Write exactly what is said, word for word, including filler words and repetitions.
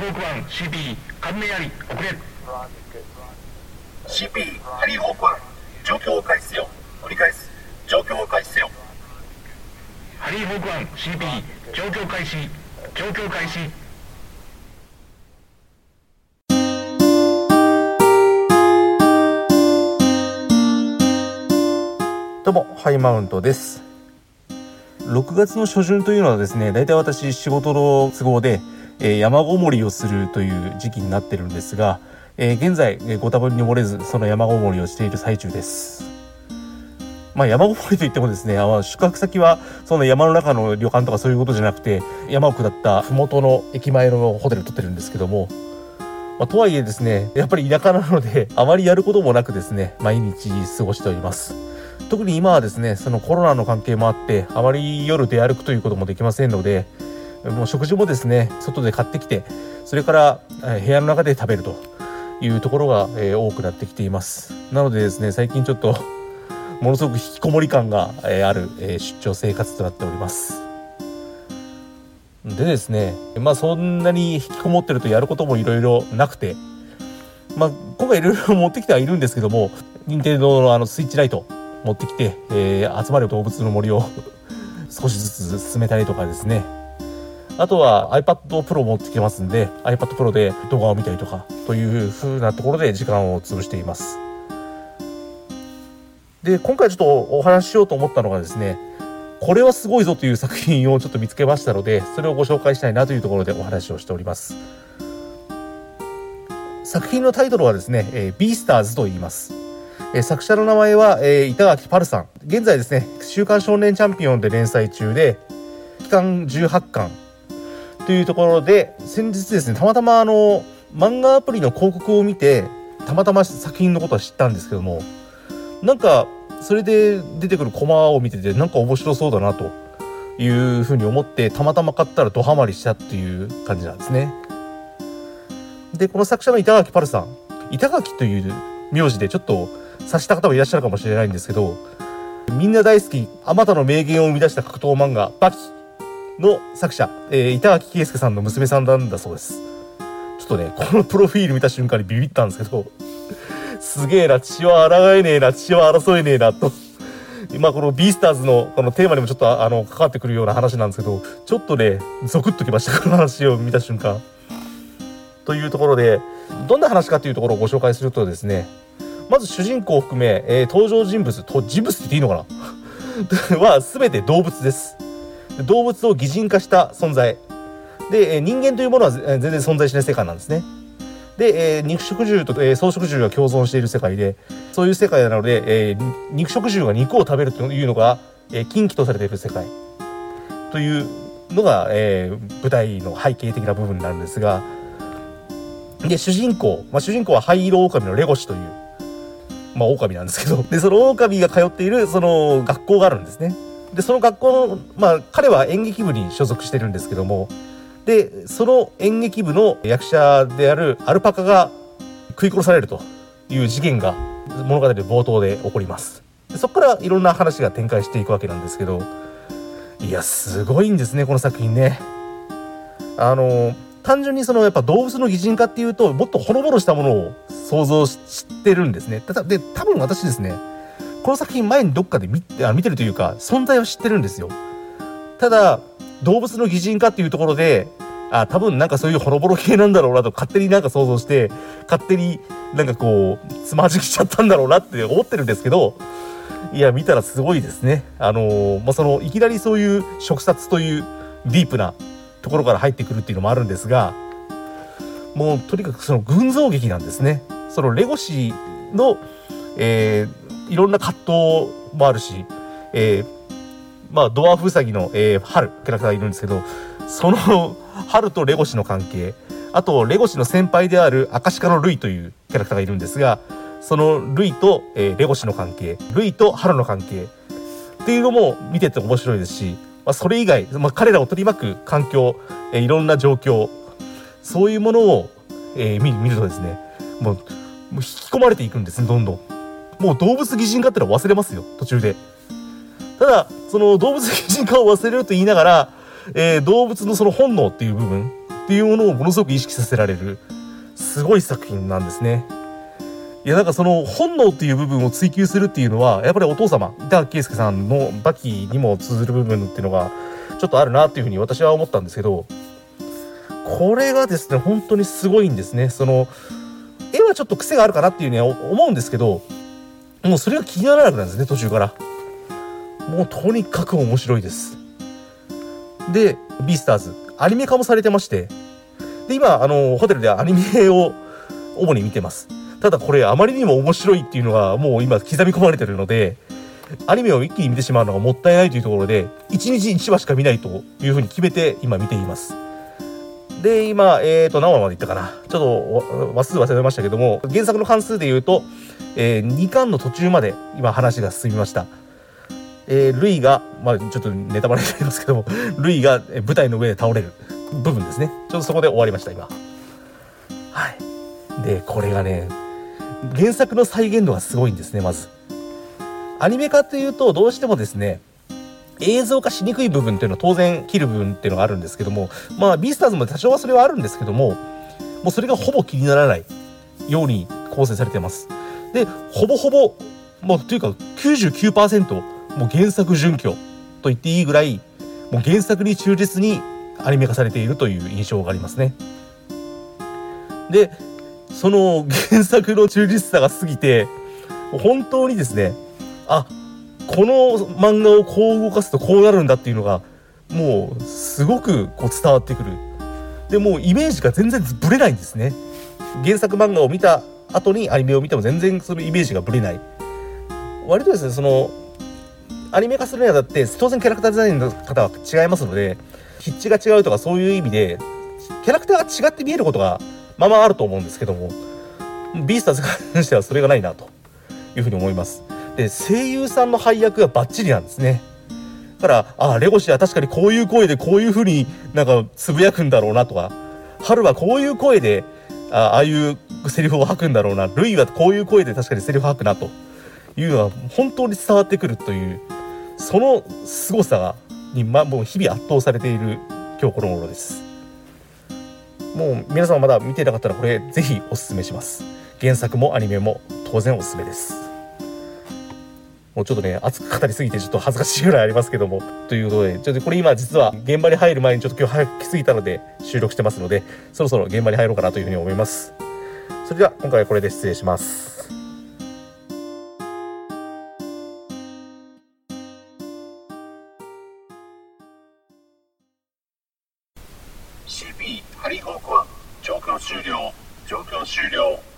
ホークワン シーピー 感銘あり遅れシーピー ハリーホークワン状況を開始せよ。折り返す状況を開始せよ。 ハリーホークワン シーピー 状況開始状況開始。 どうもハイマウントです。ろくがつの初旬というのはですね、だいたい私仕事の都合で、えー、山ごもりをするという時期になってるんですが、えー、現在、えー、ご多分に漏れずその山ごもりをしている最中です。まあ山ごもりといってもですね、あ宿泊先はその山の中の旅館とかそういうことじゃなくて、山を下った麓の駅前のホテルを取ってるんですけども、まあ、とはいえですね、やっぱり田舎なのであまりやることもなくですね、毎日過ごしております。特に今はですね、そのコロナの関係もあってあまり夜出歩くということもできませんので、もう食事もですね外で買ってきて、それから部屋の中で食べるというところが多くなってきています。なのでですね、最近ちょっとものすごく引きこもり感がある出張生活となっております。でですね、まあそんなに引きこもってるとやることもいろいろなくて、まあ今回いろいろ持ってきてはいるんですけども、任天堂のあのスイッチライト持ってきて、えー、集まる動物の森を少しずつ進めたりとかですね、あとは iPad Pro 持ってきてますんで iPad Pro で動画を見たりとかという風なところで時間を潰しています。で、今回ちょっとお話ししようと思ったのがですね、これはすごいぞという作品をちょっと見つけましたので、それをご紹介したいなというところでお話をしております。作品のタイトルはですね、えー、ビースターズと言います。えー、作者の名前は、えー、板垣パルさん。現在ですね、週刊少年チャンピオンで連載中で、期間じゅうはちかんというところで、先日ですね、たまたまあの漫画アプリの広告を見て、たまたま作品のことは知ったんですけども、なんかそれで出てくるコマを見てて、なんか面白そうだなというふうに思って、たまたま買ったらドハマりしたっていう感じなんですね。で、この作者の板垣パルさん、板垣という名字でちょっと察した方もいらっしゃるかもしれないんですけど、みんな大好きあまたの名言を生み出した格闘漫画バキの作者、えー、板垣圭介さんの娘さんなんだそうです。ちょっとね、このプロフィール見た瞬間にビビったんですけど、すげえな、血は抗えねえな、血は争えねえなと、今このビースターズのこのテーマにもちょっとあの関わってくるような話なんですけど、ちょっとねゾクッときました、この話を見た瞬間。というところで、どんな話かというところをご紹介するとですね、まず主人公を含め、えー、登場人物と人物って言っていいのかなは全て動物です。動物を擬人化した存在で、えー、人間というものは全然存在しない世界なんですね。で、えー、肉食獣と、えー、草食獣が共存している世界で、そういう世界なので、えー、肉食獣が肉を食べるというのが、えー、禁忌とされている世界というのが、えー、舞台の背景的な部分なんですが、で主人公、まあ、主人公は灰色狼のレゴシという、まあ狼なんですけど、でその狼が通っているその学校があるんですね。でその学校の、まあ彼は演劇部に所属してるんですけども、でその演劇部の役者であるアルパカが食い殺されるという事件が物語の冒頭で起こります。でそこからいろんな話が展開していくわけなんですけど、いやすごいんですね、この作品ね。あの単純にそのやっぱ動物の擬人化っていうと、もっとほのぼのしたものを想像してるんですね。ただで多分私ですね、この作品前にどっかで 見, あ見てるというか存在は知ってるんですよ。ただ動物の擬人化っていうところで、あ多分なんかそういうほのぼろ系なんだろうなと勝手になんか想像して、勝手になんかこうつまじきしちゃったんだろうなって思ってるんですけど、いや見たらすごいですね。あのー、まあ、そのいきなりそういう触殺というディープなところから入ってくるっていうのもあるんですが、もうとにかくその群像劇なんですね。そのレゴシの、えー、いろんな葛藤もあるし、えー、まあドワーフウサギの、えー、春キャラクターがいるんですけど、その春とレゴシの関係、あとレゴシの先輩であるアカシカのルイというキャラクターがいるんですが、そのルイと、えー、レゴシの関係、ルイと春の関係っていうのも見てて面白いですし、まあ、それ以外、まあ、彼らを取り巻く環境、えー、いろんな状況、そういうものを、えー、見, 見るとですね、もう、もう引き込まれていくんですね、どんどん。もう動物擬人化ってのは忘れますよ、途中で。ただその動物擬人化を忘れると言いながら、えー、動物のその本能っていう部分、 っていうものをものすごく意識させられるすごい作品なんですね。いやなんかその本能っていう部分を追求するっていうのはやっぱりお父様板垣恵介さんのバキにも通ずる部分っていうのがちょっとあるなっていうふうに私は思ったんですけど、これがですね本当にすごいんですね。その絵はちょっと癖があるかなっていうね思うんですけど、もうそれが気にならなくなるんですね途中から。もうとにかく面白いです。でビースターズアニメ化もされてまして、で今あのホテルでアニメを主に見てます。ただこれあまりにも面白いっていうのがもう今刻み込まれてるので、アニメを一気に見てしまうのがもったいないというところでいちにちいちわしか見ないというふうに決めて今見ています。で今えーと何話までいったかな、ちょっと話数忘れましたけども、原作の関数で言うと、えー、にかんの途中まで今話が進みました。えー、ルイが、まあ、ちょっとネタバレになりますけども、ルイが舞台の上で倒れる部分ですね。ちょっとそこで終わりました今。はい。でこれがね原作の再現度がすごいんですね。まずアニメ化というとどうしてもですね映像化しにくい部分っていうのは当然切る部分っていうのがあるんですけども、まあビースターズも多少はそれはあるんですけども、もうそれがほぼ気にならないように構成されてます。でほぼほぼもうというか きゅうじゅうきゅうパーセント もう原作準拠と言っていいぐらい、もう原作に忠実にアニメ化されているという印象がありますね。でその原作の忠実さが過ぎて本当にですね、あこの漫画をこう動かすとこうなるんだっていうのがもうすごくこう伝わってくる。でもうイメージが全然ブレないんですね。原作漫画を見た後にアニメを見ても全然そのイメージがブレない。割とですねそのアニメ化するにあたって当然キャラクターデザインの方は違いますので、筆致が違うとかそういう意味でキャラクターが違って見えることがまあまああると思うんですけども、ビースターズに関してはそれがないなというふうに思います。で声優さんの配役がバッチリなんですね。だからあレゴシは確かにこういう声でこういうふうになんかつぶやくんだろうなとか、春はこういう声で あ, ああいうセリフを吐くんだろうな、ルイはこういう声で確かにセリフ吐くなというのは本当に伝わってくるという、その凄さがに、ま、もう日々圧倒されている今日この頃です。もう皆さんまだ見ていなかったらこれぜひおすすめします。原作もアニメも当然おすすめです。もうちょっとね熱く語りすぎてちょっと恥ずかしいぐらいありますけども、ということでちょっとこれ今実は現場に入る前にちょっと今日早く来すぎたので収録してますので、そろそろ現場に入ろうかなというふうに思います。それでは今回はこれで失礼します。 シーピー ハリーホークワン状況終了状況終了